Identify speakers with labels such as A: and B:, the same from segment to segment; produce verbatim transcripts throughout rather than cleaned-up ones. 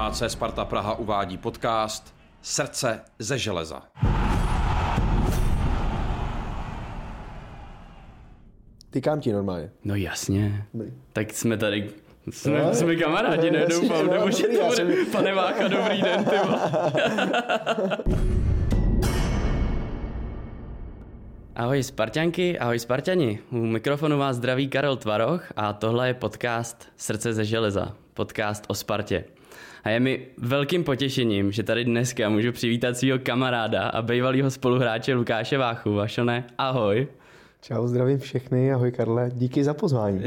A: Á Cé Sparta Praha uvádí podcast Srdce ze železa.
B: Tykám ti normálně.
C: No jasně.
B: Dobrý.
C: Tak jsme tady, jsme, no, jsme kamarádi, ne? Doufám, nebo že to bude, pane Vácha, dobrý den, ty vole. Ahoj Sparťanky, ahoj Sparťani. U mikrofonu vás zdraví Karel Tvaroch a tohle je podcast Srdce ze železa. Podcast o Spartě. A je mi velkým potěšením, že tady dneska můžu přivítat svého kamaráda a bývalého spoluhráče Lukáše Váchu. Vašone, ahoj.
B: Čau, zdravím všechny, ahoj Karle, díky za pozvání.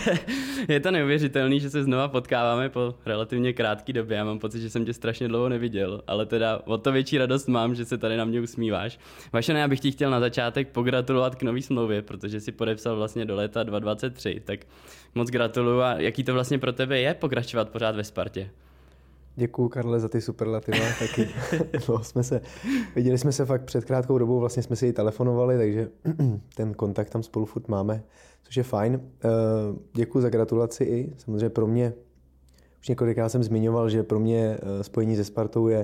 C: Je to neuvěřitelný, že se znova potkáváme po relativně krátké době. Já mám pocit, že jsem tě strašně dlouho neviděl, ale teda o to větší radost mám, že se tady na mě usmíváš. Vašone, já bych ti chtěl na začátek pogratulovat k nový smlouvě, protože si podepsal vlastně do léta dva tisíce dvacet tři, tak moc gratuluju. A jaký to vlastně pro tebe je pokračovat pořád ve Spartě?
B: Děkuju, Karle, za ty superlativa taky. No, jsme se, viděli jsme se fakt před krátkou dobou, vlastně jsme si i telefonovali, takže ten kontakt tam spolu furt máme, což je fajn. Děkuju za gratulaci i, samozřejmě pro mě, už několikrát jsem zmiňoval, že pro mě spojení se Spartou je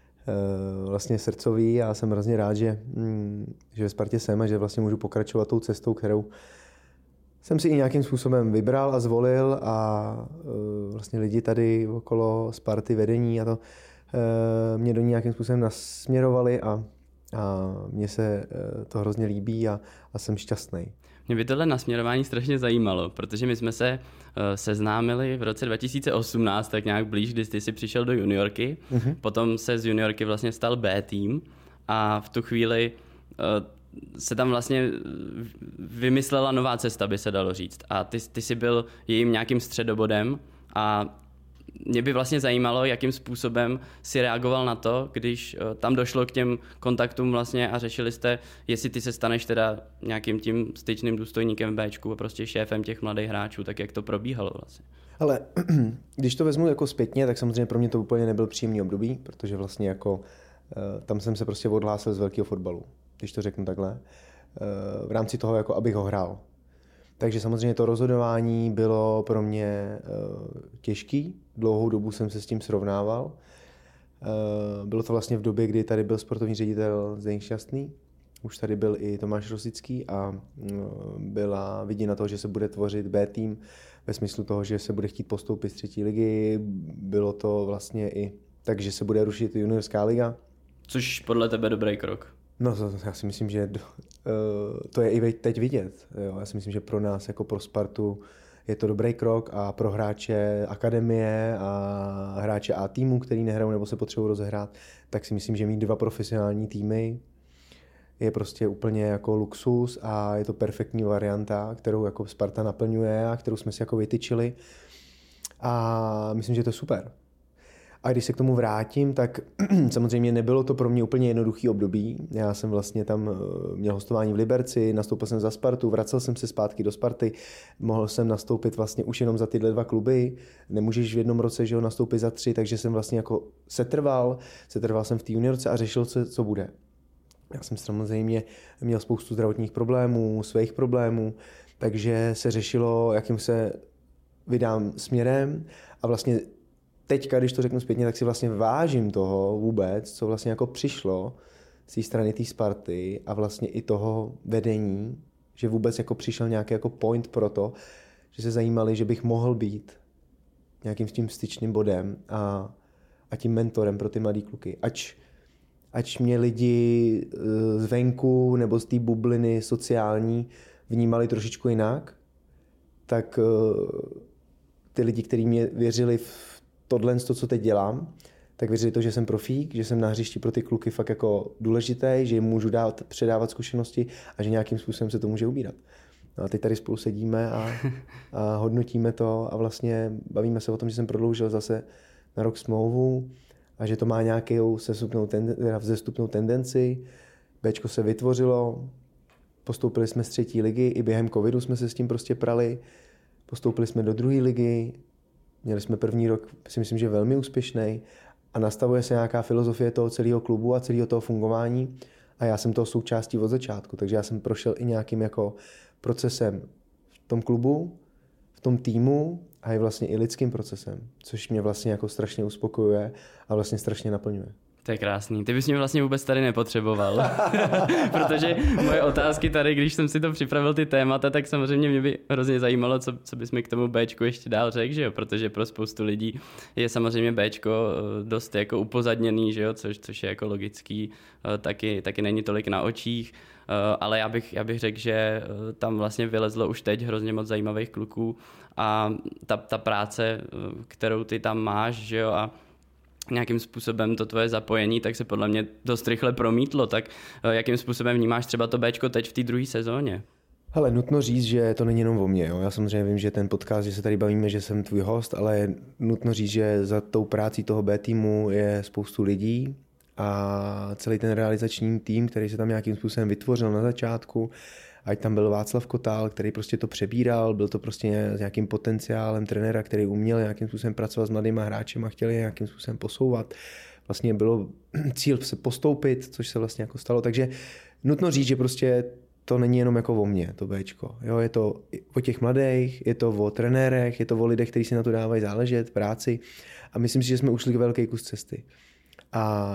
B: vlastně srdcový a já jsem hrozně rád, že, že ve Spartě jsem a že vlastně můžu pokračovat tou cestou, kterou jsem si i nějakým způsobem vybral a zvolil a vlastně lidi tady okolo Sparty, vedení a to mě do ní nějakým způsobem nasměrovali a, a mně se to hrozně líbí a, a jsem šťastný.
C: Mě by tohle nasměrování strašně zajímalo, protože my jsme se uh, seznámili v roce dva tisíce osmnáct, tak nějak blíž, kdy ty jsi přišel do juniorky, mm-hmm. potom se z juniorky vlastně stal B tým a v tu chvíli uh, se tam vlastně vymyslela nová cesta, by se dalo říct. A ty, ty jsi byl jejím nějakým středobodem a mě by vlastně zajímalo, jakým způsobem si reagoval na to, když tam došlo k těm kontaktům vlastně a řešili jste, jestli ty se staneš teda nějakým tím styčným důstojníkem v Béčku a prostě šéfem těch mladých hráčů, tak jak to probíhalo vlastně.
B: Ale když to vezmu jako zpětně, tak samozřejmě pro mě to úplně nebyl příjemný období, protože vlastně jako tam jsem se prostě odhlásil z velkého fotbalu, když to řeknu takhle, v rámci toho, jako abych ho hrál. Takže samozřejmě to rozhodování bylo pro mě těžký, dlouhou dobu jsem se s tím srovnával. Bylo to vlastně v době, kdy tady byl sportovní ředitel Zdeněk Šťastný, už tady byl i Tomáš Rosický a byla viděna toho, že se bude tvořit B tým ve smyslu toho, že se bude chtít postoupit z třetí ligy. Bylo to vlastně i tak, že se bude rušit juniorská liga.
C: Což podle tebe dobrý krok.
B: No, to, já si myslím, že to je i teď vidět. Jo. Já si myslím, že pro nás, jako pro Spartu, je to dobrý krok a pro hráče akademie a hráče A týmu, který nehrajou nebo se potřebují rozehrát, tak si myslím, že mít dva profesionální týmy je prostě úplně jako luxus a je to perfektní varianta, kterou jako Sparta naplňuje a kterou jsme si jako vytyčili. A myslím, že to je super. A když se k tomu vrátím, tak samozřejmě nebylo to pro mě úplně jednoduchý období. Já jsem vlastně tam měl hostování v Liberci, nastoupil jsem za Spartu, vracel jsem se zpátky do Sparty, mohl jsem nastoupit vlastně už jenom za tyhle dva kluby. Nemůžeš v jednom roce, že ho nastoupit za tři, takže jsem vlastně jako setrval, setrval jsem v té juniorce a řešil, co, co bude. Já jsem samozřejmě měl spoustu zdravotních problémů, svých problémů, takže se řešilo, jakým se vydám směrem a vlastně teďka, když to řeknu zpětně, tak si vlastně vážím toho vůbec, co vlastně jako přišlo z té strany té Sparty a vlastně i toho vedení, že vůbec jako přišel nějaký jako point pro to, že se zajímali, že bych mohl být nějakým tím styčným bodem a, a tím mentorem pro ty mladý kluky. Ač, ač mě lidi zvenku nebo z té bubliny sociální vnímali trošičku jinak, tak ty lidi, kteří mě věřili v tohle, to, co teď dělám, tak věřili to, že jsem profík, že jsem na hřišti pro ty kluky fakt jako důležitý, že jim můžu dát, předávat zkušenosti a že nějakým způsobem se to může ubírat. No a teď tady spolu sedíme a, a hodnotíme to a vlastně bavíme se o tom, že jsem prodloužil zase na rok smlouvu a že to má nějakou sestupnou tenden- vzestupnou tendenci. Béčko se vytvořilo, postoupili jsme z třetí ligy, i během covidu jsme se s tím prostě prali, postoupili jsme do druhé ligy, měli jsme první rok, si myslím, že velmi úspěšný a nastavuje se nějaká filozofie toho celého klubu a celého toho fungování a já jsem toho součástí od začátku, takže já jsem prošel i nějakým jako procesem v tom klubu, v tom týmu a je vlastně i lidským procesem, což mě vlastně jako strašně uspokojuje a vlastně strašně naplňuje.
C: To je krásný. Ty bys mě vlastně vůbec tady nepotřeboval, protože moje otázky tady, když jsem si to připravil ty témata, tak samozřejmě mě by hrozně zajímalo, co, co bys mi k tomu Bčku ještě dál řekl, že jo? Protože pro spoustu lidí je samozřejmě Bčko dost jako upozadněný, že jo? Což, což je jako logický, taky, taky není tolik na očích, ale já bych, já bych řekl, že tam vlastně vylezlo už teď hrozně moc zajímavých kluků a ta, ta práce, kterou ty tam máš, že jo? A nějakým způsobem to tvoje zapojení, tak se podle mě dost rychle promítlo. Tak jakým způsobem vnímáš třeba to Bčko teď v té druhé sezóně?
B: Hele, nutno říct, že to není jenom o mně. Jo? Já samozřejmě vím, že ten podcast, že se tady bavíme, že jsem tvůj host, ale nutno říct, že za tou prácí toho B týmu je spoustu lidí a celý ten realizační tým, který se tam nějakým způsobem vytvořil na začátku, ať tam byl Václav Kotal, který prostě to přebíral, byl to prostě s nějakým potenciálem trenéra, který uměl nějakým způsobem pracovat s mladýma hráčema, chtěl je nějakým způsobem posouvat. Vlastně bylo cíl se postoupit, což se vlastně jako stalo. Takže nutno říct, že prostě to není jenom jako o mně, to Bčko. Jo, je to o těch mladých, je to o trenérech, je to o lidech, kteří si na to dávají záležet, práci. A myslím si, že jsme ušli velký kus cesty. A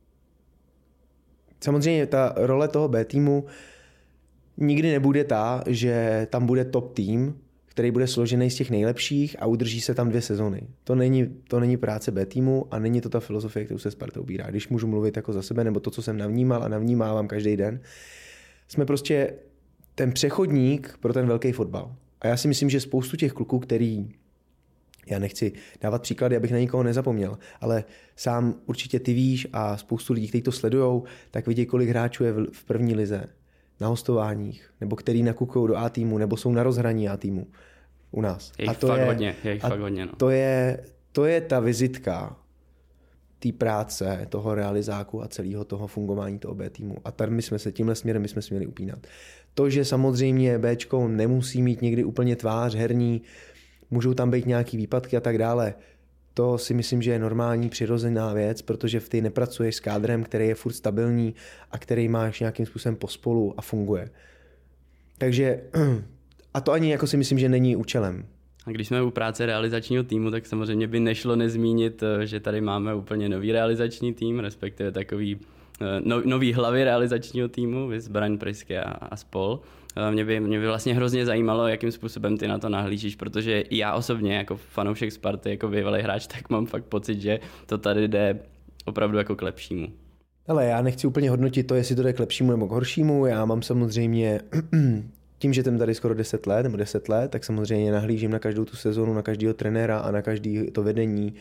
B: samozřejmě ta role toho B týmu nikdy nebude ta, že tam bude top tým, který bude složený z těch nejlepších a udrží se tam dvě sezony. To není, to není práce B týmu a není to ta filozofie, kterou se Sparta ubírá. Když můžu mluvit jako za sebe, nebo to, co jsem navnímal a navnímávám každý den, jsme prostě ten přechodník pro ten velký fotbal. A já si myslím, že spoustu těch kluků, který, já nechci dávat příklady, abych na nikoho nezapomněl, ale sám určitě ty víš a spoustu lidí, kteří to sledujou, tak vidí, kolik hráčů je v první lize, na hostováních, nebo který nakukují do A týmu, nebo jsou na rozhraní A týmu u nás.
C: Je jich
B: a to
C: fakt
B: je,
C: hodně, je jich
B: a
C: fakt hodně, no.
B: To je, to je ta vizitka té práce, toho realizáku a celého toho fungování toho B týmu. A tady my jsme se tímhle směrem my jsme se měli upínat. To, že samozřejmě Bčko nemusí mít někdy úplně tvář herní, můžou tam být nějaký výpadky a tak dále, to si myslím, že je normální, přirozená věc, protože v ty nepracuješ s kádrem, který je furt stabilní a který máš nějakým způsobem pospolu a funguje. Takže, a to ani jako si myslím, že není účelem.
C: A když jsme u práce realizačního týmu, tak samozřejmě by nešlo nezmínit, že tady máme úplně nový realizační tým, respektive takový no, nový hlavy realizačního týmu, viz Braň Pryske a, a spol. Mě by, mě by vlastně hrozně zajímalo, jakým způsobem ty na to nahlížíš, protože já osobně jako fanoušek Sparty, jako bývalý hráč, tak mám fakt pocit, že to tady jde opravdu jako k lepšímu.
B: Ale já nechci úplně hodnotit to, jestli to jde k lepšímu nebo k horšímu. Já mám samozřejmě, tím, že jsem tady skoro deset let nebo deset let, tak samozřejmě nahlížím na každou tu sezonu, na každého trenéra a na každý to vedení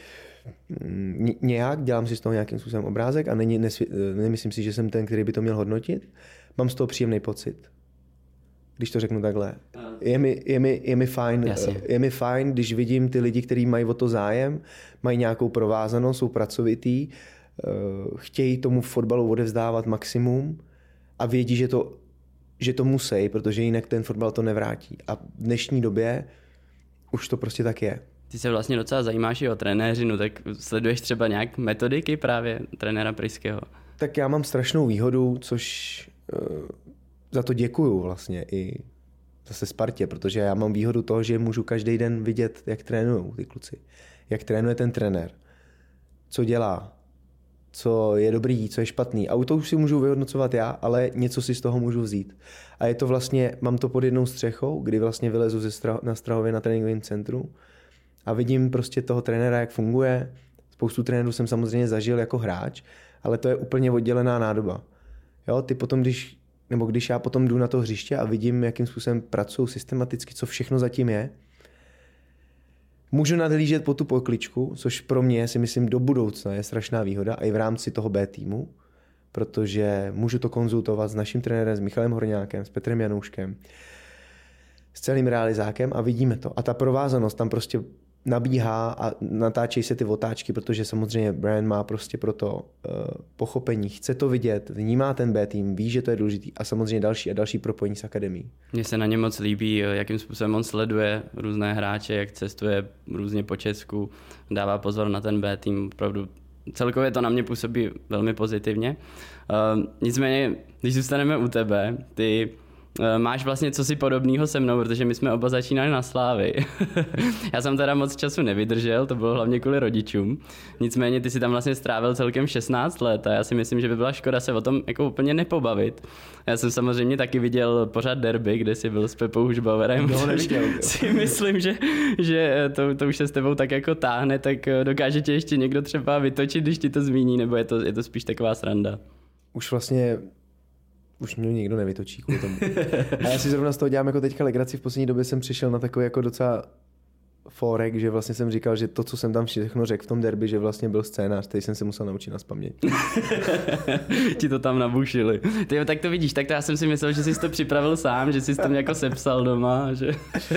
B: nějak, dělám si z toho nějakým způsobem obrázek a není, nesvě, nemyslím si, že jsem ten, který by to měl hodnotit. Mám z toho příjemný pocit. Když to řeknu takhle. Je mi, je mi, je mi fajn, je mi fajn, když vidím ty lidi, kteří mají o to zájem, mají nějakou provázanost, jsou pracovitý, chtějí tomu fotbalu odevzdávat maximum a vědí, že to, že to musí, protože jinak ten fotbal to nevrátí. A v dnešní době už to prostě tak je.
C: Ty se vlastně docela zajímáš i o trenéřinu, tak sleduješ třeba nějak metodiky právě trenéra Pryského?
B: Tak já mám strašnou výhodu, což za to děkuju vlastně i zase Spartě, protože já mám výhodu toho, že můžu každý den vidět, jak trénujou ty kluci, jak trénuje ten trenér, co dělá, co je dobrý, co je špatný. A to už si můžu vyhodnocovat já, ale něco si z toho můžu vzít. A je to vlastně, mám to pod jednou střechou, kdy vlastně vylezu ze Stra- na Strahově na tréninkovém centru a vidím prostě toho trenéra, jak funguje. Spoustu trenérů jsem samozřejmě zažil jako hráč, ale to je úplně oddělená nádoba. Jo, ty potom, když nebo když já potom jdu na to hřiště a vidím, jakým způsobem pracují systematicky, co všechno zatím je, můžu nadhlížet po tu pokličku, což pro mě si myslím do budoucna je strašná výhoda a i v rámci toho B týmu, protože můžu to konzultovat s naším trenérem, s Michalem Horňákem, s Petrem Janouškem, s celým realizákem a vidíme to. A ta provázanost tam prostě nabíhá a natáčejí se ty otáčky, protože samozřejmě Brian má prostě pro to uh, pochopení, chce to vidět, vnímá ten B tým, ví, že to je důležitý a samozřejmě další a další propojení s akademií.
C: Mně se na ně moc líbí, jakým způsobem on sleduje různé hráče, jak cestuje různě po Česku, dává pozor na ten B tým, opravdu celkově to na mě působí velmi pozitivně. Uh, nicméně, když zůstaneme u tebe, ty máš vlastně cosi podobného se mnou, protože my jsme oba začínali na Slávy. Já jsem teda moc času nevydržel, to bylo hlavně kvůli rodičům. Nicméně ty si tam vlastně strávil celkem šestnáct let a já si myslím, že by byla škoda se o tom jako úplně nepobavit. Já jsem samozřejmě taky viděl pořád derby, kde jsi byl s Pepou Hušbauerem.
B: No, neviděl,
C: si myslím, že, že to, to už se s tebou tak jako táhne, tak dokáže tě ještě někdo třeba vytočit, když ti to zmíní, nebo je to, je to spíš taková sranda?
B: Už vlastně Už mě nikdo nevytočí kvůli tomu. A já si zrovna z toho dělám jako teďka legraci. V poslední době jsem přišel na takový jako docela fórek, že vlastně jsem říkal, že to, co jsem tam všechno řekl v tom derby, že vlastně byl scénář, který jsem se musel naučit nazpaměť.
C: Ti to tam nabušili. Ty, tak to vidíš, tak to já jsem si myslel, že jsi to připravil sám, že jsi tam jako sepsal doma. Že...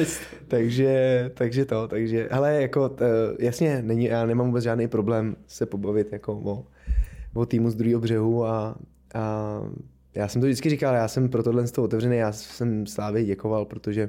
B: takže, takže to, takže, hele, jako jasně, není, já nemám vůbec žádný problém se pobavit jako o, o týmu z druhého břehu a, a já jsem to vždycky říkal, já jsem pro tohle z toho otevřený, já jsem Slávě děkoval, protože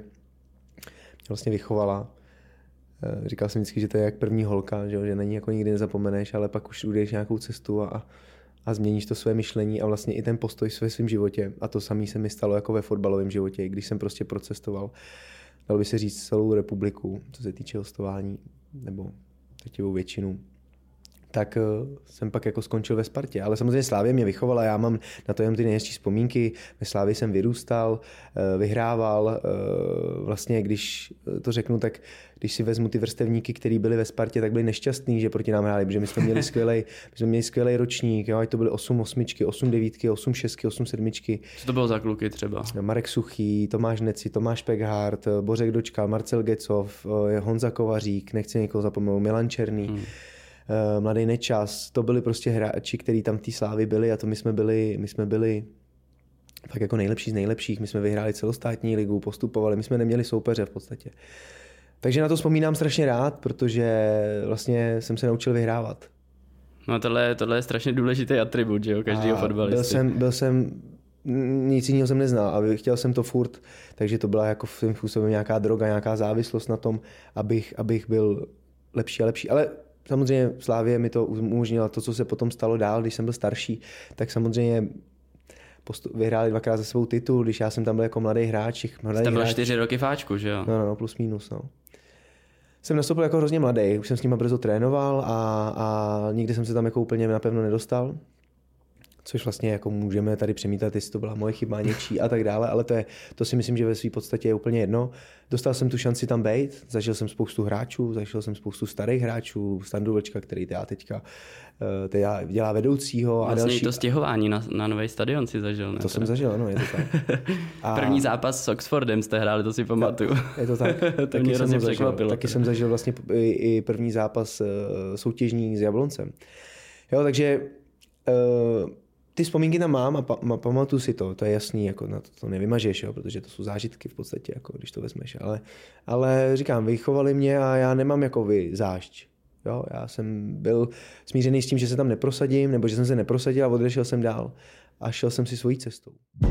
B: mě vlastně vychovala. Říkal jsem vždycky, že to je jak první holka, že, že na ní jako nikdy nezapomeneš, ale pak už ujdeš nějakou cestu a, a změníš to své myšlení a vlastně i ten postoj ve svém životě. A to samé se mi stalo jako ve fotbalovém životě, když jsem prostě procestoval, dalo by se říct, celou republiku, co se týče hostování, nebo třetivou většinu. Tak jsem pak jako skončil ve Spartě. Ale samozřejmě Slávě mě vychovala, já mám na to jen ty nejhezčí vzpomínky. Ve Slávě jsem vyrůstal, vyhrával. Vlastně, když to řeknu, tak když si vezmu ty vrstevníky, kteří byli ve Spartě, tak byli nešťastní, že proti nám hráli, protože my jsme měli skvělej, my jsme měli skvělej ročník, jo, ať to byly osm osmičky, osm devítky, osm šestky, osm sedmičky.
C: Co to bylo za kluky třeba?
B: Marek Suchý, Tomáš Neci, Tomáš Pekhart, Bořek Dočkal, Marcel Gecov, Honza Kovařík, nechci někoho zapomenout, Milan Černý. Hmm. Mladý Nečas, to byli prostě hráči, kteří tam v té Slávy byli a to my jsme byli, my jsme byli tak jako nejlepší z nejlepších, my jsme vyhráli celostátní ligu, postupovali, my jsme neměli soupeře v podstatě. Takže na to vzpomínám strašně rád, protože vlastně jsem se naučil vyhrávat.
C: No tohle, tohle je strašně důležitý atribut, že jo, každýho fotbalisty.
B: Byl jsem, byl jsem, nic jiného jsem neznal a chtěl jsem to furt, takže to byla jako v svým způsobem nějaká droga, nějaká závislost na tom, abych, abych byl lepší a lepší. Ale samozřejmě v Slávě mi to umožnilo to, co se potom stalo dál, když jsem byl starší, tak samozřejmě postup, vyhráli dvakrát za svou titul, když já jsem tam byl jako mladý hráč. Mladý
C: Jste byl
B: hráč.
C: čtyři roky fáčku, že jo?
B: No, no, no, plus minus, no. Jsem nastoupil jako hrozně mladý, už jsem s nima brzo trénoval a, a nikdy jsem se tam jako úplně napevno nedostal. Což vlastně jako můžeme tady přemítat, jestli to byla moje chyba, něčí a tak dále, ale to, je, to si myslím, že ve své podstatě je úplně jedno. Dostal jsem tu šanci tam být, zažil jsem spoustu hráčů, zažil jsem spoustu starých hráčů, Standu Vlčka, který já teďka teda dělá vedoucího.
C: Vlastně
B: a další.
C: To stěhování na, na nový stadion si zažil, ne?
B: To jsem zažil, ano, je to tak.
C: A... První zápas s Oxfordem jste hráli, to si pamatuju.
B: Je to tak.
C: To
B: taky
C: mě hrozně
B: zažil,
C: překvapilo.
B: Taky jsem zažil vlastně i první zápas soutěžní s Jabloncem. Jo, takže uh, ty vzpomínky tam mám a pa, pamatuju si to, to je jasný, jako na to, to nevymažeš, jo, protože to jsou zážitky v podstatě, jako když to vezmeš, ale, ale říkám, vychovali mě a já nemám jako vy zášť. Jo, já jsem byl smířený s tím, že se tam neprosadím, nebo že jsem se neprosadil a odešel jsem dál a šel jsem si svojí cestou.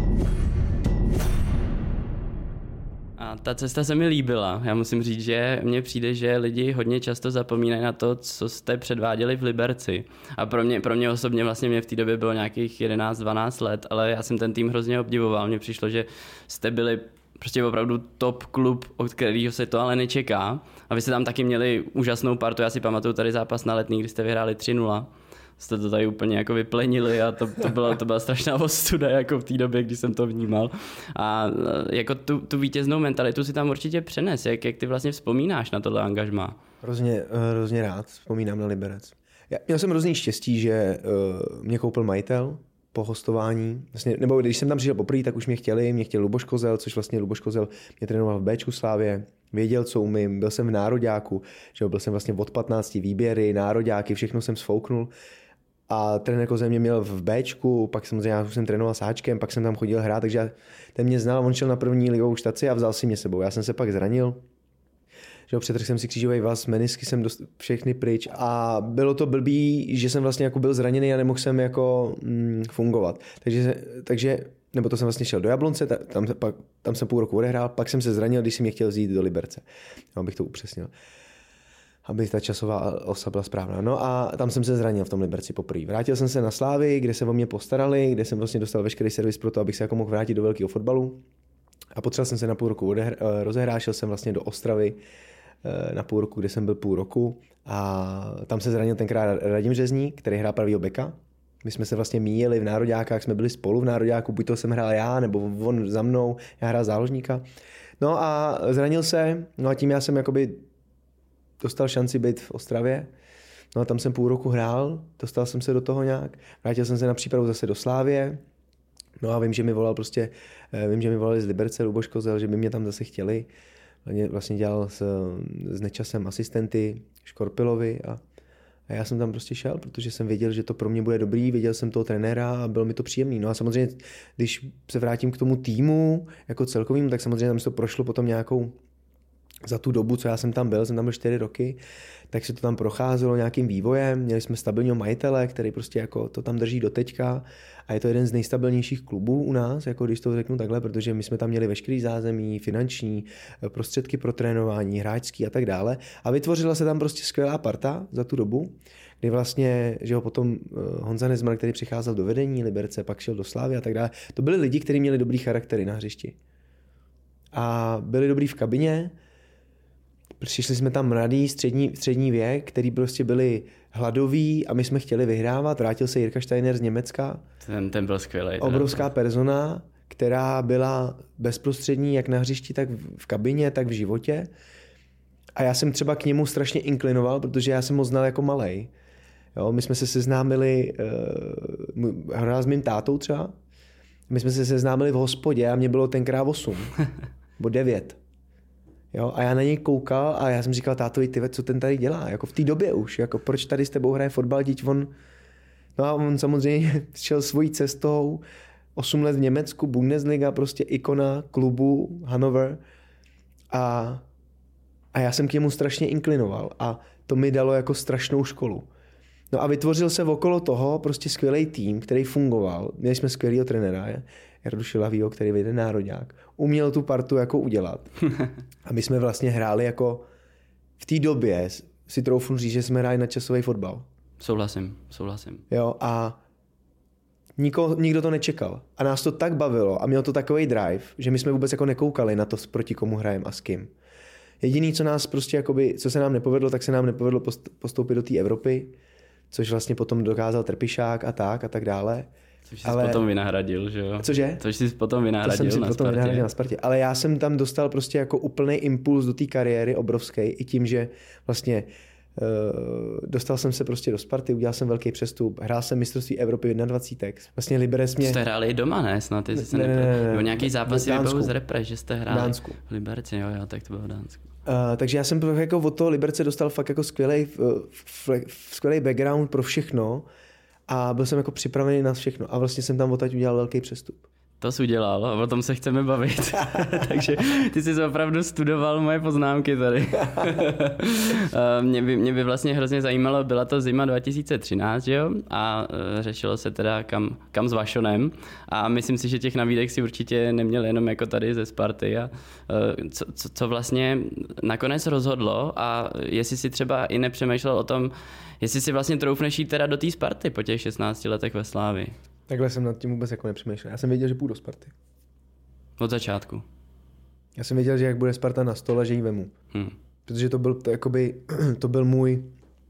C: A ta cesta se mi líbila. Já musím říct, že mně přijde, že lidi hodně často zapomínají na to, co jste předváděli v Liberci. A pro mě, pro mě osobně vlastně mě v té době bylo nějakých jedenáct dvanáct let, ale já jsem ten tým hrozně obdivoval. Mně přišlo, že jste byli prostě opravdu top klub, od kterého se to ale nečeká. A vy jste tam taky měli úžasnou partu. Já si pamatuju tady zápas na Letný, kdy jste vyhráli tři nula. Jste to tady úplně jako vyplenili a to, to, byla, to byla strašná ostuda jako v té době, když jsem to vnímal. A jako tu, tu vítěznou mentalitu si tam určitě přenes. Jak, jak ty vlastně vzpomínáš na tohle angažmá?
B: Hrozně, hrozně rád vzpomínám na Liberec. Já měl jsem hrozný štěstí, že uh, mě koupil majitel po hostování. Vlastně, nebo když jsem tam přišel poprvé, tak už mě chtěli, mě chtěl Luboš Kozel, což vlastně Luboš Kozel mě trénoval v Béčku Slávě. Věděl, co umím, byl jsem v nároďáku, že byl jsem vlastně od patnácti výběry, nároďáky, všechno jsem sfouknul. A trenér Kozel mě měl v Béčku, pak samozřejmě já už jsem trénoval s Háčkem, pak jsem tam chodil hrát, takže ten mě znal, on šel na první ligovou štaci a vzal si mě sebou. Já jsem se pak zranil, že přetrhl jsem si křížový vaz, menisky jsem dost, všechny pryč a bylo to blbý, že jsem vlastně jako byl zraněný a nemohl jsem jako mm, fungovat. Takže, takže, nebo to jsem vlastně šel do Jablonce, tam, pak, tam jsem půl roku odehrál, pak jsem se zranil, když si mě chtěl vzít do Liberce. Abych to upřesnil. Aby ta časová osa byla správná. No a tam jsem se zranil v tom Liberci poprvé. Vrátil jsem se na Slávy, kde se o mě postarali, kde jsem vlastně dostal veškerý servis pro to, abych se jako mohl vrátit do velkého fotbalu. A potřeboval jsem se na půl roku odehr- rozehrát, šel jsem vlastně do Ostravy na půl roku, kde jsem byl půl roku a tam se zranil tenkrát Radim Řezník, který hrál pravýho beka. My jsme se vlastně míjeli v nároďákách, jsme byli spolu v nároďáku, buď to jsem hrál já, nebo on za mnou, já hrál záložníka. No a zranil se, no a tím já jsem jakoby dostal šanci být v Ostravě. No a tam jsem půl roku hrál, dostal jsem se do toho nějak, vrátil jsem se na přípravu zase do Slávie. No a vím, že mi volal prostě, vím, že mi volali z Liberce, Luboš Kozel, že by mě tam zase chtěli. Vlastně dělal s, s Nečasem asistenty Škorpilovi a, a já jsem tam prostě šel, protože jsem věděl, že to pro mě bude dobrý, věděl jsem toho trenéra a bylo mi to příjemný. No a samozřejmě, když se vrátím k tomu týmu jako celkovým, tak samozřejmě tam se to prošlo potom nějakou za tu dobu, co já jsem tam byl, jsem tam byl čtyři roky, tak se to tam procházelo nějakým vývojem, měli jsme stabilního majitele, který prostě jako to tam drží do teďka a je to jeden z nejstabilnějších klubů u nás, jako když to řeknu takhle, protože my jsme tam měli veškerý zázemí, finanční, prostředky pro trénování, hráčský a tak dále a vytvořila se tam prostě skvělá parta za tu dobu, kdy vlastně, že ho potom Honza Nezmar, který přicházel do vedení Liberce, pak šel do Slávy a tak dále, to byli lidi, kteří měli dobrý charaktery na hřišti a byli dobrý v kabině. Přišli jsme tam mladý, střední, střední věk, který prostě byli hladoví a my jsme chtěli vyhrávat. Vrátil se Jirka Steiner z Německa.
C: Ten, ten byl skvělý.
B: Obrovská persona, která byla bezprostřední jak na hřišti, tak v kabině, tak v životě. A já jsem třeba k němu strašně inklinoval, protože já jsem ho znal jako malej. Jo, my jsme se seznámili, uh, hrál s mým tátou třeba, my jsme se seznámili v hospodě a mě bylo tenkrát osm, nebo devět. Jo, a já na něj koukal a já jsem říkal tátovi, ty, co ten tady dělá, jako v té době už, jako proč tady s tebou hraje fotbal, díť on, no a on samozřejmě šel svojí cestou, osm let v Německu, Bundesliga, prostě ikona klubu Hannover a, a já jsem k němu strašně inklinoval a to mi dalo jako strašnou školu. No a vytvořil se okolo toho prostě skvělý tým, který fungoval, měli jsme skvělýho trenéra, je? Jardu Šilavýho, který vyjde nároďák, uměl tu partu jako udělat. A my jsme vlastně hráli jako v té době, si troufnu říct, že jsme hráli na časový fotbal.
C: Souhlasím, souhlasím.
B: Jo, a niko, nikdo to nečekal. A nás to tak bavilo a mělo to takový drive, že my jsme vůbec jako nekoukali na to, proti komu hrajeme a s kým. Jediný, co nás prostě jakoby, co se nám nepovedlo, tak se nám nepovedlo postoupit do té Evropy, což vlastně potom dokázal Trpišák a tak a tak dále.
C: Což jsi ale... potom vynahradil, že jo?
B: Cože?
C: Což jsi potom vynahradil
B: to jsem si
C: na
B: potom
C: Spartě.
B: vynahradil na Spartě. Ale já jsem tam dostal prostě jako úplný impuls do té kariéry obrovský i tím, že vlastně uh, dostal jsem se prostě do Sparty, udělal jsem velký přestup, hrál jsem mistrovství Evropy dvacet jedna. Vlastně Liberec mě...
C: Jste hráli i doma, ne? Snad ty jsi
B: ne, ne, ne, ne,
C: nebo nějaký zápas vybavu z repre, že jste hráli
B: v Dánsku.
C: V Liberci, jo, jo, tak to bylo v Dánsku.
B: Uh, takže já jsem jako od toho Liberce dostal fakt jako skvělej, skvělej background pro všechno a byl jsem jako připravený na všechno a vlastně jsem tam odtaď udělal velký přestup.
C: To jsi udělal a o tom se chceme bavit. Takže ty jsi opravdu studoval moje poznámky tady. mě, by, mě by vlastně hrozně zajímalo, byla to zima dva tisíce třináct, jo? A řešilo se teda kam, kam s Vašonem. A myslím si, že těch nabídek si určitě neměl jenom jako tady ze Sparty. A co, co, co vlastně nakonec rozhodlo a jestli si třeba i nepřemýšlel o tom, jestli si vlastně troufneš jít teda do té Sparty po těch šestnácti letech ve Slávii.
B: Takhle jsem nad tím vůbec jako nepřemýšlel. Já jsem věděl, že půjdu do Sparty.
C: Od začátku.
B: Já jsem věděl, že jak bude Sparta na stole, že ji vemu. Hmm. Protože to byl, to, jakoby, to byl můj...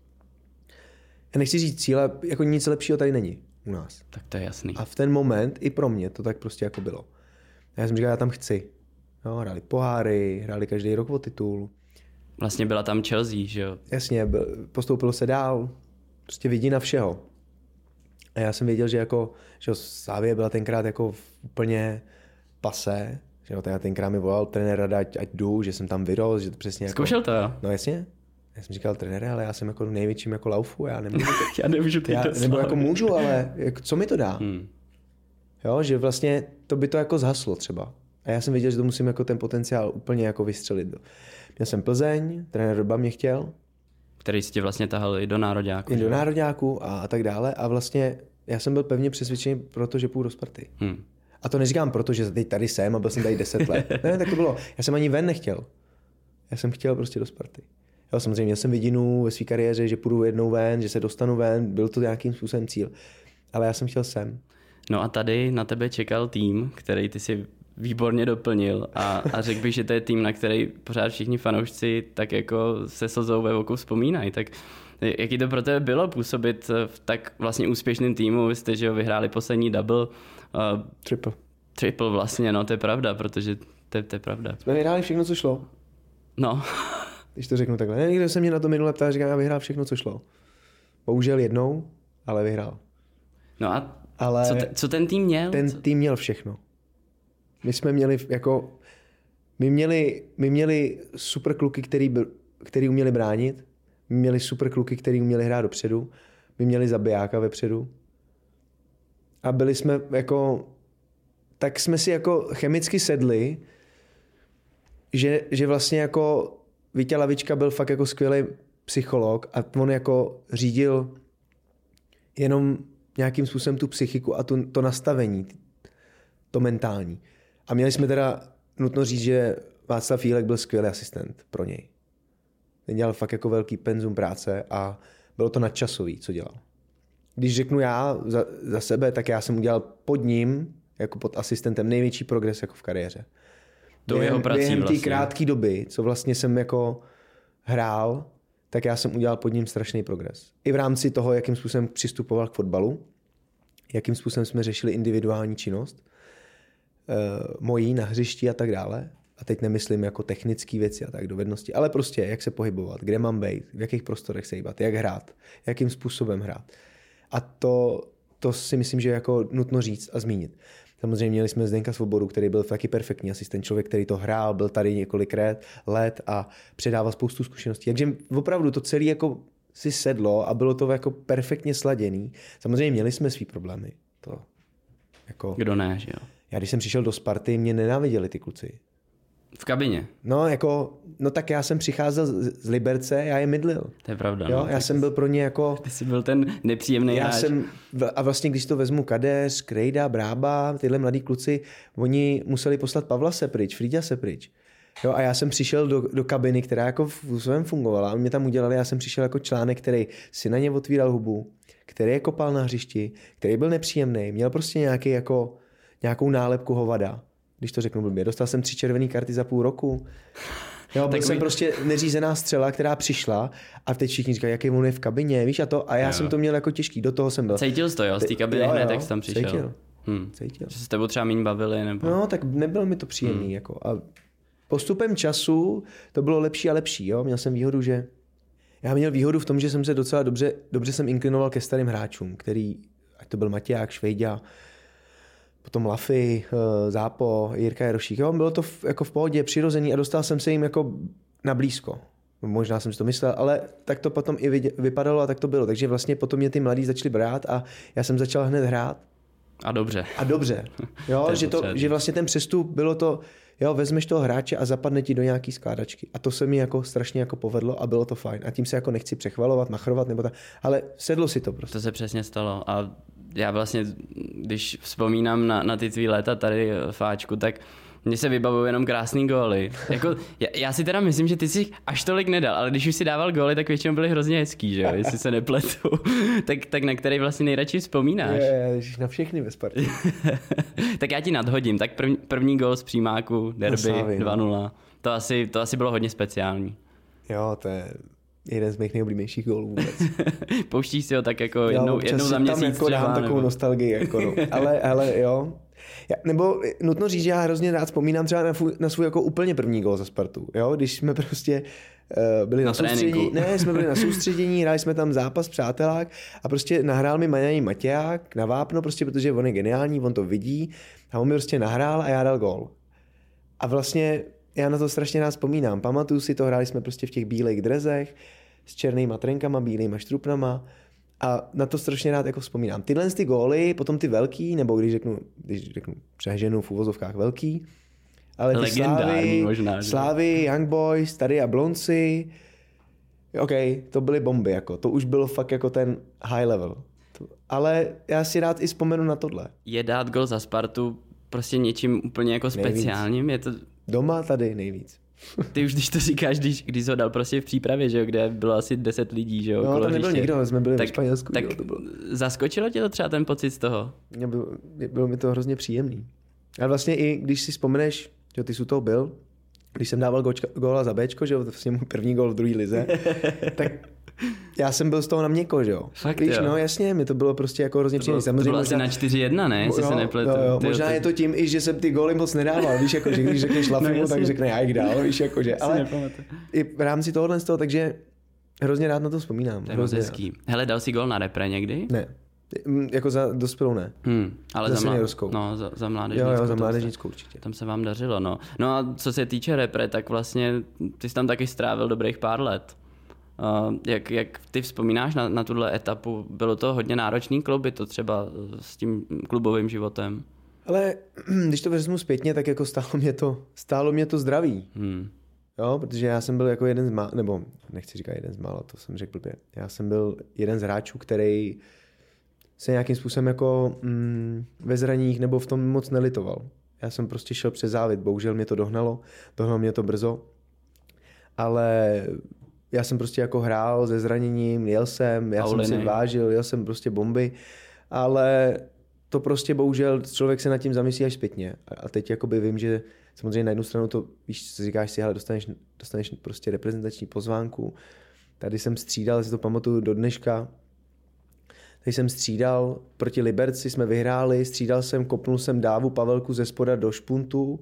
B: Já nechci říct cíle, jako nic lepšího tady není u nás.
C: Tak to je jasný.
B: A v ten moment i pro mě to tak prostě jako bylo. A já jsem říkal, já tam chci. No, hráli poháry, hráli každý rok o titul.
C: Vlastně byla tam Chelsea, že jo?
B: Jasně, byl, postoupilo se dál. Prostě vidina všeho. A já jsem věděl, že jako, že Slávie byla tenkrát jako úplně pasé, že jo, tenkrát mi volal trenér rada, ať, ať jdu, že jsem tam vyrost, že to přesně jako...
C: Zkoušel to, jo?
B: No jasně. Já jsem říkal, trenére, ale já jsem jako největším jako laufu, já nemůžu...
C: já nemůžu ty
B: já, nebo jako můžu, ale jako, co mi to dá? Hmm. Jo, že vlastně to by to jako zhaslo třeba. A já jsem věděl, že to musím jako ten potenciál úplně jako vystřelit. Měl jsem Plzeň, trenér Doba mě chtěl,
C: který si tě vlastně tahal i do nároďáku.
B: I do nároďáku a, a tak dále. A vlastně já jsem byl pevně přesvědčený proto, že půjdu do Sparty. Hmm. A to neříkám proto, že teď tady jsem a byl jsem tady deset let. Ne, tak to bylo. Já jsem ani ven nechtěl. Já jsem chtěl prostě do Sparty. Jo, samozřejmě měl jsem vidinu ve své kariéře, že půjdu jednou ven, že se dostanu ven, byl to nějakým způsobem cíl. Ale já jsem chtěl sem.
C: No a tady na tebe čekal tým, který ty si výborně doplnil a, a řekl bych, že to je tým, na který pořád všichni fanoušci tak jako se slzou ve oku vzpomínají. Tak jaký to pro tebe bylo působit v tak vlastně úspěšném týmu? Vy jste, že jo, vyhráli poslední double. Uh,
B: triple.
C: Triple vlastně, no to je pravda, protože to, to je pravda.
B: Jsme vyhráli všechno, co šlo.
C: No.
B: Když to řeknu takhle. Někdo se mě na to minule ptal, říkám, já vyhrál všechno, co šlo. Bohužel jednou, ale vyhrál.
C: No a
B: ale
C: co, te, co ten tým měl?
B: Ten
C: co?
B: tým měl všechno. My jsme měli jako... My měli, my měli super kluky, který, který uměli bránit. My měli super kluky, který uměli hrát dopředu. My měli zabijáka vepředu. A byli jsme jako... Tak jsme si jako chemicky sedli, že, že vlastně jako Víťa Lavička byl fakt jako skvělý psycholog a on jako řídil jenom nějakým způsobem tu psychiku a tu, to nastavení, to mentální. A měli jsme teda nutno říct, že Václav Jílek byl skvělý asistent pro něj. Ten dělal fakt jako velký penzum práce a bylo to nadčasový, co dělal. Když řeknu já za, za sebe, tak já jsem udělal pod ním, jako pod asistentem, největší progres jako v kariéře.
C: Do jeho prací
B: během té
C: vlastně.
B: krátké doby, co vlastně jsem jako hrál, tak já jsem udělal pod ním strašný progres. I v rámci toho, jakým způsobem přistupoval k fotbalu, jakým způsobem jsme řešili individuální činnost, eh, mojí na hřišti a tak dále. A teď nemyslím jako technické věci a tak dovednosti, ale prostě jak se pohybovat, kde mám být, v jakých prostorech se hýbat, jak hrát, jakým způsobem hrát. A to, to si myslím, že je jako nutno říct a zmínit. Samozřejmě měli jsme Zdenka Svobodu, který byl taky perfektní asistent, člověk, který to hrál, byl tady několikrát let a předával spoustu zkušeností. Takže opravdu to celé jako si sedlo a bylo to jako perfektně sladěný. Samozřejmě měli jsme svý problémy. To jako...
C: Kdo ne, že jo?
B: Já když jsem přišel do Sparty, mě nenáviděli ty kluci.
C: V kabině?
B: No jako, no tak já jsem přicházel z Liberce, já je mydlil.
C: To je pravda.
B: Jo,
C: no,
B: já jsem byl pro ně jako...
C: Ty jsi byl ten nepříjemný
B: Já
C: hráč.
B: jsem, a vlastně když to vezmu Kadeř, Krejda, Brába, tyhle mladí kluci, oni museli poslat Pavla se pryč, Frýďa se pryč. Jo, a já jsem přišel do, do kabiny, která jako v svém fungovala a mě tam udělali, já jsem přišel jako článek, který si na ně otvíral hubu, který je kopal na hřišti, který byl nepříjemný, měl prostě nějaký jako, nějakou nálepku hovada. Když to řeknu blbě. Dostal jsem tři červené karty za půl roku. Jo, byl jsem prostě neřízená střela, která přišla a teď všichni říkají, jaký on je v kabině, víš, a to. A já jo. jsem to měl jako těžký, do toho jsem byl.
C: Cítil jsi to, jo, z té kabiny hned, jak jsi tam přišel.
B: Cítil.
C: Hmm.
B: Cítil.
C: Že se s tebou třeba méně bavili, nebo...
B: No, tak nebylo mi to příjemný, hmm. jako. A postupem času to bylo lepší a lepší, jo. Měl jsem výhodu, že... Já měl výhodu v tom, že jsem se docela dobře, dobře jsem inklinoval ke starým hráčům, který, ať to byl Matěják, Švejďa, potom Lafy, Zápo, Jirka Jarošík. Jo, bylo to v, jako v pohodě, přirozený a dostal jsem se jim jako na blízko. Možná jsem si to myslel, ale tak to potom i vypadalo a tak to bylo. Takže vlastně potom mě ty mladí začali brát a já jsem začal hned hrát.
C: A dobře.
B: A dobře. Jo, to že, to, že vlastně ten přestup bylo to, jo, vezmeš toho hráče a zapadne ti do nějaký skládačky. A to se mi jako strašně jako povedlo a bylo to fajn. A tím se jako nechci přechvalovat, machrovat nebo tak, ale sedlo si to prostě.
C: To se přesně stalo a já vlastně, když vzpomínám na, na ty tvý léta tady v Áčku, tak mně se vybavují jenom krásný góly. Jako, já, já si teda myslím, že ty si až tolik nedal, ale když už si dával góly, tak většinou byly hrozně hezký, že jo, jestli se nepletu. tak, tak na který vlastně nejradši vzpomínáš?
B: Je, je, na všechny ve Spartě.
C: Tak já ti nadhodím. Tak první, první gól z přímáku, derby, dva nula. To asi, to asi bylo hodně speciální.
B: Jo, to je jeden z mých nejoblíbenějších gólů vůbec.
C: Pouštíš si ho tak jako jednou, jednou za měsíc
B: tam jako
C: třeba,
B: dám
C: nebo...
B: takovou nostalgii, jako no. ale, ale jo. Já, nebo nutno říct, že já hrozně rád vzpomínám třeba na, fůj, na svůj jako úplně první gól za Spartu. Jo? Když jsme prostě uh, byli na, na soustředění, ne, jsme byli na soustředění, hráli jsme tam zápas přátelák a prostě nahrál mi Maňaní Matěják na vápno, prostě protože on je geniální, on to vidí a on mi prostě nahrál a já dal gól. A vlastně já na to strašně rád vzpomínám. Pamatuju si to, hráli jsme prostě v těch bílých drezech s černýma trenkama, bílýma štrupnama. A na to strašně rád jako vzpomínám. Tyhle ty góly, potom ty velký, nebo když řeknu, když řeknu přeženu v uvozovkách velký, ale ty Slávy, možná, Slávy, Young Boys, tady Jablonci, OK, to byly bomby, jako, to už bylo fakt jako ten high level. Ale já si rád i vzpomenu na tohle.
C: Je dát gól za Spartu prostě něčím úplně jako speciálním? Je to...
B: Doma tady nejvíc.
C: Ty už když to říkáš, když, když jsi ho dal prostě v přípravě, že jo, kde bylo asi deset lidí, že jo,
B: no, to nebyl nikdo, jsme byli
C: tak,
B: v Španělsku.
C: Tak
B: jo, to bylo.
C: Zaskočilo tě to třeba ten pocit z toho?
B: Bylo, bylo mi to hrozně příjemný. A vlastně i když si vzpomeneš, že ty jsi u toho byl, když jsem dával gočka, góla za Bčko, že jo, vlastně můj první gól v druhé lize, tak já jsem byl z toho na měko, že jo.
C: Fakt,
B: víš,
C: jo.
B: No jasně, mi to bylo prostě jako hrozně příjemné.
C: To bylo asi na čtyři jedna, ne? Jestli
B: jo,
C: se nepletu.
B: Jo, jo.
C: Ty,
B: Možná
C: ty...
B: je to tím i, že jsem ty góly moc nedával, víš, jako, že když řekneš Lafimu, no, tak řekne já jich dál, víš, jako, že. Ale i v rámci tohohle z toho, takže hrozně rád na to vzpomínám.
C: To je moc hezký. Hele, dal jsi gól na repre někdy?
B: Ne. Jako za dospělou ne.
C: Hmm, ale
B: za
C: za,
B: seniorskou.
C: No, za, za mládežnickou.
B: Jo, jo, za mládežnickou určitě.
C: Tam se vám dařilo, no. No a co se týče repre, tak vlastně ty jsi tam taky strávil dobrých pár let. Uh, jak, jak ty vzpomínáš na, na tuhle etapu? Bylo to hodně náročný kluby, to třeba s tím klubovým životem?
B: Ale když to vezmu zpětně, tak jako stálo mě to, stálo mě to zdraví.
C: Hmm.
B: Jo, protože já jsem byl jako jeden z mála, nebo nechci říkat jeden z mála, to jsem řekl blbě. Já jsem byl jeden z hráčů, který se nějakým způsobem jako mm, ve zraních nebo v tom moc nelitoval. Já jsem prostě šel přes závit, bohužel mě to dohnalo, dohnalo mě to brzo, ale já jsem prostě jako hrál se zraněním, jel jsem, já
C: Pauliny.
B: jsem si vážil, jel jsem prostě bomby, ale to prostě bohužel člověk se nad tím zamyslí až zpětně. A teď jakoby vím, že samozřejmě na jednu stranu to, víš, co říkáš si, ale dostaneš, dostaneš prostě reprezentační pozvánku. Tady jsem střídal, si to pamatuju do dneška, tady jsem střídal, proti Liberci jsme vyhráli, střídal jsem, kopnul jsem Dávu Pavelku ze spoda do špuntu,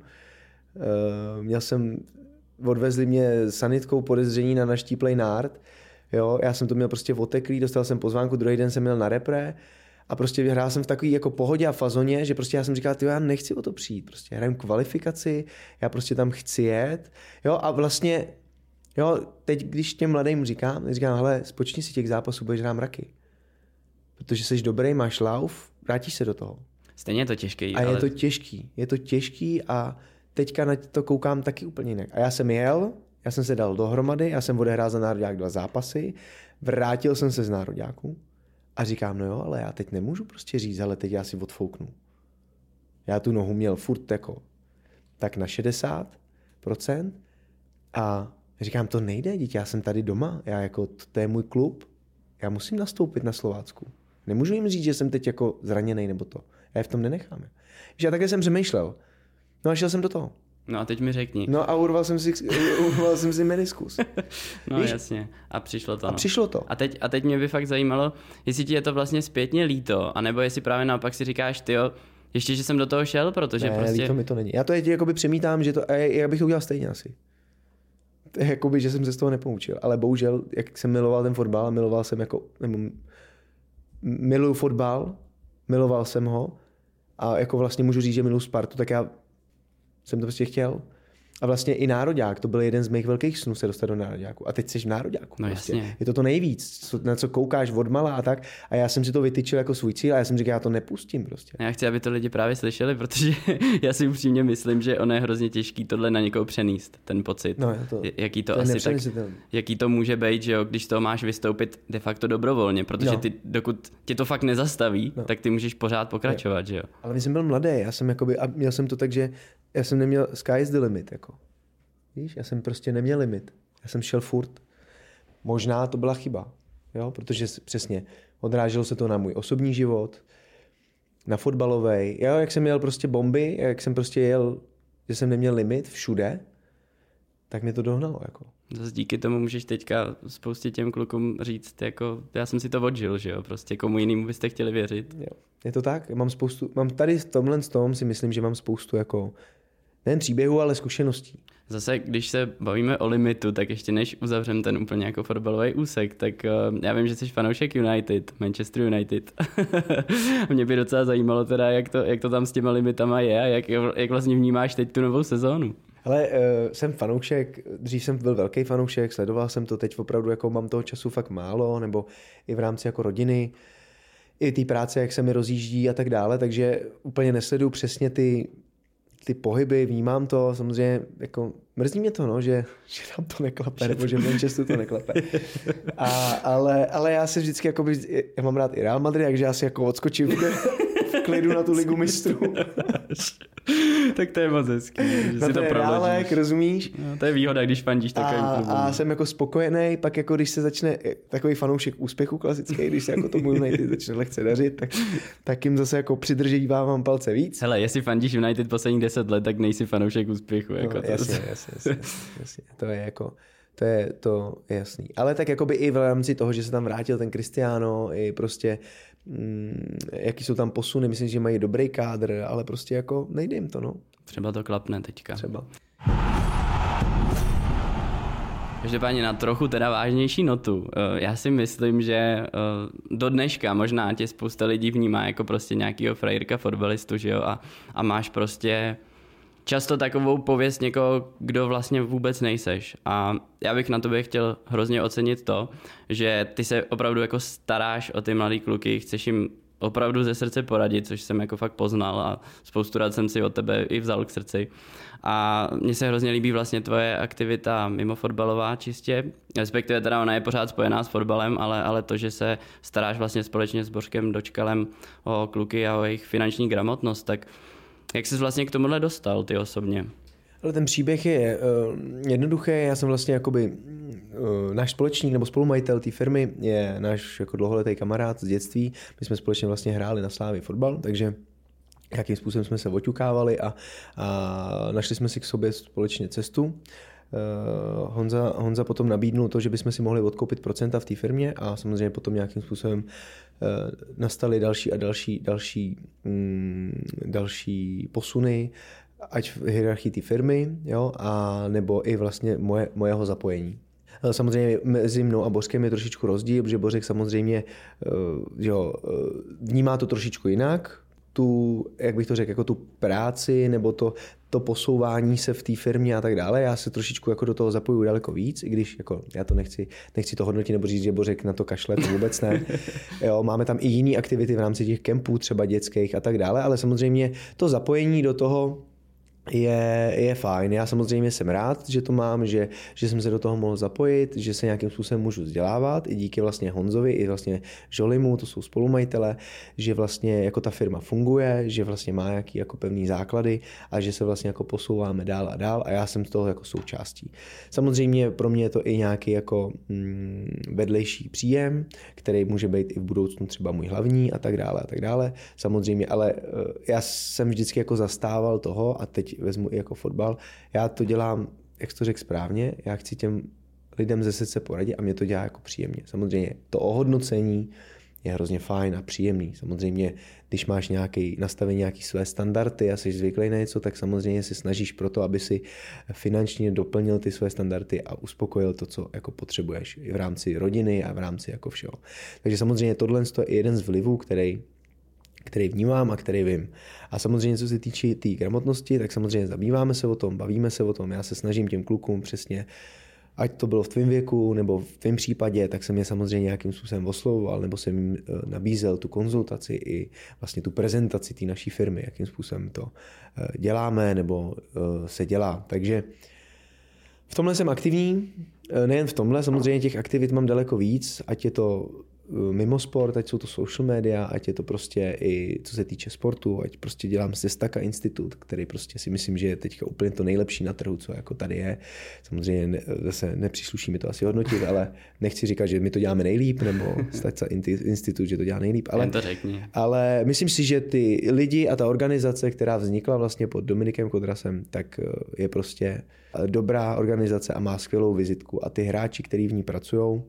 B: e, měl jsem, odvezli mě sanitkou podezření na naštíplej nárt, jo, já jsem to měl prostě oteklý, dostal jsem pozvánku, druhý den jsem měl na repre a prostě hrál jsem v takový jako pohodě a fazoně, že prostě já jsem říkal, tyjo, já nechci o to přijít, prostě hraju kvalifikaci, já prostě tam chci jet, jo, a vlastně, jo, teď když těm mladým říkám, říkám, hele, spočni si těch zápasů, budeš hrát mraky. Protože jsi dobrý, máš lauf, vrátíš se do toho.
C: Stejně je to těžký.
B: A
C: ale...
B: je to těžký. Je to těžký a teďka na to koukám taky úplně jinak. A já jsem jel, já jsem se dal dohromady, já jsem odehrál za nároďák dva zápasy, vrátil jsem se z nároďáku a říkám, no jo, ale já teď nemůžu prostě říct, ale teď já si odfouknu. Já tu nohu měl furt jako tak na šedesát procent a říkám, to nejde, dítě, já jsem tady doma, já jako, to je můj klub, já musím nastoupit na Slovácku. Nemůžu jim říct, že jsem teď jako zraněný nebo to. Já je v tom nenechám. Že já takhle jsem přemýšlel. No a šel jsem do toho.
C: No a teď mi řekni.
B: No a urval jsem si, urval jsem si meniskus.
C: No Víš? Jasně. A přišlo to.
B: A
C: no.
B: přišlo to.
C: A teď, a teď mě by fakt zajímalo, jestli ti je to vlastně zpětně líto, anebo jestli právě naopak si říkáš, tyjo, ještě, že jsem do toho šel, protože
B: ne,
C: prostě...
B: líto mi to není. Já to jakoby přemítám, že to, já bych to udělal stejně asi. Jakoby, že jsem se z toho nepoučil. Ale bohužel, jak jsem miloval ten fotbal a miloval jsem jako, nebo miluju fotbal, miloval jsem ho a jako vlastně můžu říct, že miluju Spartu, tak já jsem to prostě chtěl. A vlastně i nároďák, to byl jeden z mých velkých snů se dostat do nároďáku. A teď jsi v nároďáku.
C: No
B: prostě.
C: jasně.
B: Je to to nejvíc, na co koukáš odmala a tak. A já jsem si to vytyčil jako svůj cíl a já jsem říkal, já to nepustím prostě.
C: Já chci, aby to lidi právě slyšeli, protože já si upřímně myslím, že ono je hrozně těžký tohle na někoho přenést, ten pocit.
B: No, to,
C: jaký to,
B: to
C: asi tak, jaký to může být, že jo, když toho máš vystoupit de facto dobrovolně, protože
B: no.
C: ty, dokud tě to fakt nezastaví, no. tak ty můžeš pořád pokračovat, jo. že jo.
B: Ale když jsem byl mladý, já jsem jakoby, a měl jsem to tak, že já jsem neměl, sky is the limit, jako. Víš, já jsem prostě neměl limit. Já jsem šel furt. Možná to byla chyba, jo, protože přesně odráželo se to na můj osobní život, na fotbalovej. Jo, jak jsem měl prostě bomby, jak jsem prostě jel, že jsem neměl limit všude, tak mě to dohnalo, jako.
C: Zase díky tomu můžeš teďka spoustě těm klukům říct, jako já jsem si to odžil, že jo, prostě komu jinému byste chtěli věřit.
B: Jo, je to tak, mám spoustu, mám tady v tomhle tom si myslím, že mám spoustu jako nejen příběhů, ale zkušeností.
C: Zase, když se bavíme o limitu, tak ještě než uzavřem ten úplně jako fotbalový úsek, tak uh, já vím, že jsi fanoušek United, Manchester United. Mě by docela zajímalo teda, jak to, jak to tam s těma limitama je a jak, jak vlastně vnímáš teď tu novou sezónu.
B: Ale uh, jsem fanoušek, dřív jsem byl velký fanoušek, sledoval jsem to, teď opravdu jako mám toho času fakt málo, nebo i v rámci jako rodiny, i té práce, jak se mi rozjíždí a tak dále, takže úplně nesleduju přesně ty ty pohyby, vnímám to, samozřejmě jako mrzí mě to, no, že, že tam to neklape, nebo že v Manchesteru to neklape. A, ale, ale já se vždycky, jakoby, já mám rád i Real Madrid, takže já si jako odskočím v v klidu na tu ligu mistrů.
C: Tak to je moc hezký, že
B: na
C: si to
B: reálek, rozumíš?
C: No, to je výhoda, když fandíš takovým klubům.
B: A jsem jako spokojený, pak jako když se začne takový fanoušek úspěchu klasický, když se jako tomu United začne lehce dařit, tak, tak jim zase jako přidržívám palce víc.
C: Hele, jestli fandíš United posledních deset let, tak nejsi fanoušek úspěchu. Jako
B: no,
C: to.
B: Jasně, jasně, jasně, jasně, to je jako... To je, to je jasný. Ale tak jakoby i v rámci toho, že se tam vrátil ten Cristiano, i prostě mm, jaký jsou tam posuny, myslím, že mají dobrý kádr, ale prostě jako nejde jim to, no.
C: Třeba to klapne teďka.
B: Třeba.
C: Každopádně na trochu teda vážnější notu. Já si myslím, že do dneška možná tě spousta lidí vnímá jako prostě nějakýho frajírka fotbalistu, že jo, a, a máš prostě často takovou pověst někoho, kdo vlastně vůbec nejseš. A já bych na tobě chtěl hrozně ocenit to, že ty se opravdu jako staráš o ty mladý kluky, chceš jim opravdu ze srdce poradit, což jsem jako fakt poznal a spoustu rad jsem si od tebe i vzal k srdci. A mně se hrozně líbí vlastně tvoje aktivita mimo fotbalová čistě, respektive teda ona je pořád spojená s fotbalem, ale, ale to, že se staráš vlastně společně s Bořkem Dočkalem o kluky a o jejich finanční gramotnost, tak jak jsi vlastně k tomuhle dostal ty osobně?
B: Ale ten příběh je uh, jednoduchý. Já jsem vlastně jakoby uh, náš společník nebo spolumajitel té firmy je náš jako dlouholetý kamarád z dětství. My jsme společně vlastně hráli na Slávii fotbal, takže jakým způsobem jsme se oťukávali a, a našli jsme si k sobě společně cestu. Uh, Honza, Honza potom nabídnul to, že bychom si mohli odkoupit procenta v té firmě a samozřejmě potom nějakým způsobem uh, nastaly další a další, další, mm, další posuny, ať v hierarchii té firmy, jo, a nebo i vlastně moje, mojeho zapojení. Samozřejmě mezi mnou a Bořkem je trošičku rozdíl, protože Bořek samozřejmě jo, vnímá to trošičku jinak, tu, jak bych to řekl, jako tu práci nebo to, to posouvání se v té firmě a tak dále. Já se trošičku jako do toho zapojuju daleko víc, i když jako já to nechci, nechci to hodnotit nebo říct, že Bořek na to kašle, to vůbec ne. Jo, máme tam i jiné aktivity v rámci těch kempů, třeba dětských a tak dále, ale samozřejmě to zapojení do toho je, je fajn. Já samozřejmě jsem rád, že to mám, že, že jsem se do toho mohl zapojit, že se nějakým způsobem můžu vzdělávat i díky vlastně Honzovi, i vlastně Žolimu, to jsou spolumajitele, že vlastně jako ta firma funguje, že vlastně má nějaký jako pevný základy a že se vlastně jako posouváme dál a dál a já jsem z toho jako součástí. Samozřejmě pro mě je to i nějaký jako mm, vedlejší příjem, který může být i v budoucnu třeba můj hlavní a tak dále a tak dále. Samozřejmě, ale já jsem vždycky jako zastával toho a teď vezmu i jako fotbal. Já to dělám, jak to řekl správně, já chci těm lidem ze srdce poradit a mě to dělá jako příjemně. Samozřejmě to ohodnocení je hrozně fajn a příjemný. Samozřejmě, když máš nějaký, nastavení nějaký své standardy a jsi zvyklý na něco, tak samozřejmě se snažíš pro to, aby si finančně doplnil ty své standardy a uspokojil to, co jako potřebuješ i v rámci rodiny a v rámci jako všeho. Takže samozřejmě tohle je jeden z vlivů, který který vnímám a který vím. A samozřejmě, co se týče té tý gramotnosti, tak samozřejmě zabýváme se o tom, bavíme se o tom. Já se snažím těm klukům přesně, ať to bylo v tvém věku nebo v tvém případě, tak jsem je samozřejmě nějakým způsobem oslovoval nebo jsem jim nabízel tu konzultaci i vlastně tu prezentaci té naší firmy, jakým způsobem to děláme nebo se dělá. Takže v tomhle jsem aktivní, nejen v tomhle, samozřejmě těch aktivit mám daleko víc, ať je to mimo sport, ať jsou to social media, ať je to prostě i co se týče sportu, ať prostě dělám se Staka institut, který prostě si myslím, že je teďka úplně to nejlepší na trhu, co jako tady je. Samozřejmě ne, zase nepřísluší mi to asi hodnotit, ale nechci říkat, že my to děláme nejlíp, nebo Staka institut, že to dělá nejlíp, ale,
C: to řekni.
B: ale myslím si, že ty lidi a ta organizace, která vznikla vlastně pod Dominikem Kodrasem, tak je prostě dobrá organizace a má skvělou vizitku a ty hráči, kteří v ní pracují,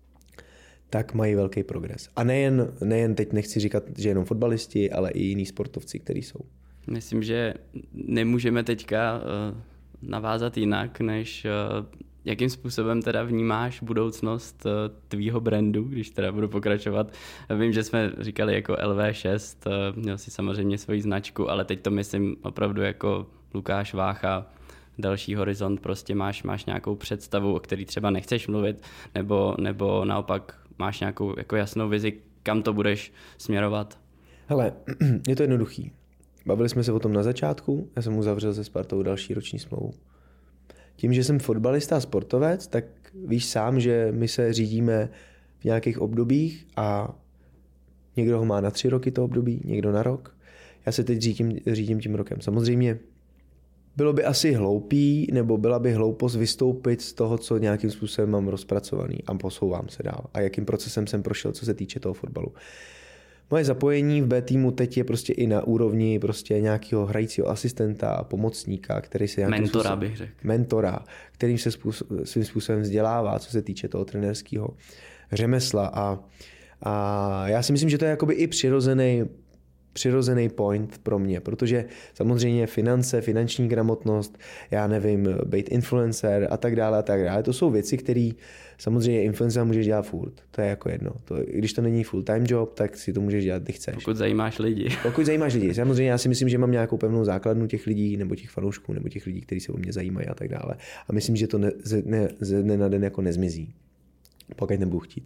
B: tak mají velký progres. A nejen, nejen teď nechci říkat, že jenom fotbalisti, ale i jiní sportovci, kteří jsou.
C: Myslím, že nemůžeme teďka uh, navázat jinak, než uh, jakým způsobem teda vnímáš budoucnost uh, tvýho brandu, když teda budu pokračovat. Vím, že jsme říkali jako L V šest, uh, měl si samozřejmě svoji značku, ale teď to myslím opravdu jako Lukáš Vácha, další horizont, prostě máš, máš nějakou představu, o který třeba nechceš mluvit, nebo, nebo naopak máš nějakou jako jasnou vizi, kam to budeš směrovat?
B: Hele, je to jednoduchý. Bavili jsme se o tom na začátku, já jsem uzavřel se Spartou další roční smlouvu. Tím, že jsem fotbalista a sportovec, tak víš sám, že my se řídíme v nějakých obdobích a Někdo ho má na tři roky to období, někdo na rok. Já se teď řídím, řídím tím rokem. Samozřejmě bylo by asi hloupý, nebo byla by hloupost vystoupit z toho, co nějakým způsobem mám rozpracovaný a posouvám se dál. A jakým procesem jsem prošel, co se týče toho fotbalu. Moje zapojení v B týmu teď je prostě i na úrovni prostě nějakého hrajícího asistenta a pomocníka, který se
C: mentora
B: způsobem,
C: bych řekl.
B: Mentora, kterým se způsob, svým způsobem vzdělává, co se týče toho trenérského řemesla. A, a já si myslím, že to je jakoby i přirozený přirozený point pro mě, protože samozřejmě finance, finanční gramotnost, já nevím, být influencer a tak dále a tak dále, to jsou věci, které samozřejmě influencer můžeš dělat furt, to je jako jedno. To, když to není full time job, tak si to můžeš dělat, kdy chceš.
C: Pokud zajímáš lidi.
B: Pokud zajímáš lidi. Samozřejmě já si myslím, že mám nějakou pevnou základnu těch lidí, nebo těch fanoušků, nebo těch lidí, kteří se o mě zajímají a tak dále. A myslím, že to ne, ze, ne, ze dne na den jako nezmizí, pokud nebudu chtít.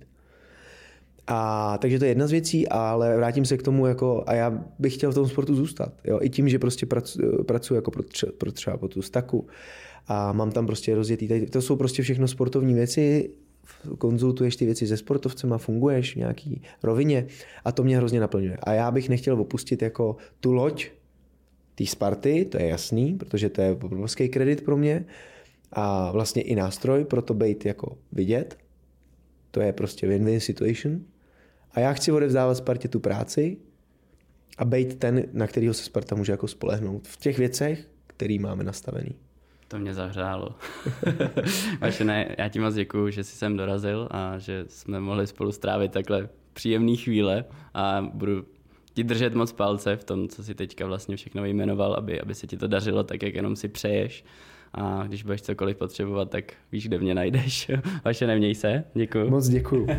B: A takže to je jedna z věcí, ale vrátím se k tomu jako, a já bych chtěl v tom sportu zůstat. Jo? I tím, že prostě pracuji, pracuji jako pro, tře, pro třeba po tu staku a mám tam prostě rozjetý, tady, to jsou prostě všechno sportovní věci, konzultuješ ty věci se sportovcema, funguješ v nějaký rovině a to mě hrozně naplňuje. A já bych nechtěl opustit jako tu loď té Sparty, to je jasný, protože to je obrovský kredit pro mě a vlastně i nástroj pro to být jako vidět. To je prostě win-win situation. A já chci odevzdávat Spartě tu práci a být ten, na kterého se Sparta může jako spolehnout v těch věcech, který máme nastavený.
C: To mě zahřálo. Vašene, já ti moc děkuju, že jsi sem dorazil a že jsme mohli spolu strávit takhle příjemné chvíle a budu ti držet moc palce v tom, co si teďka vlastně všechno vyjmenoval, aby, aby se ti to dařilo tak, jak jenom si přeješ. A když budeš cokoliv potřebovat, tak víš, kde mě najdeš. Vaše neměj se. Děkuju.
B: Moc děkuju.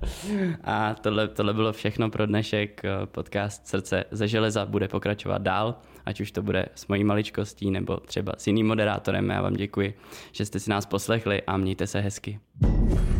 C: A tohle, tohle bylo všechno pro dnešek. Podcast Srdce ze železa bude pokračovat dál, ať už to bude s mojí maličkostí nebo třeba s jiným moderátorem. Já vám děkuji, že jste si nás poslechli a mějte se hezky.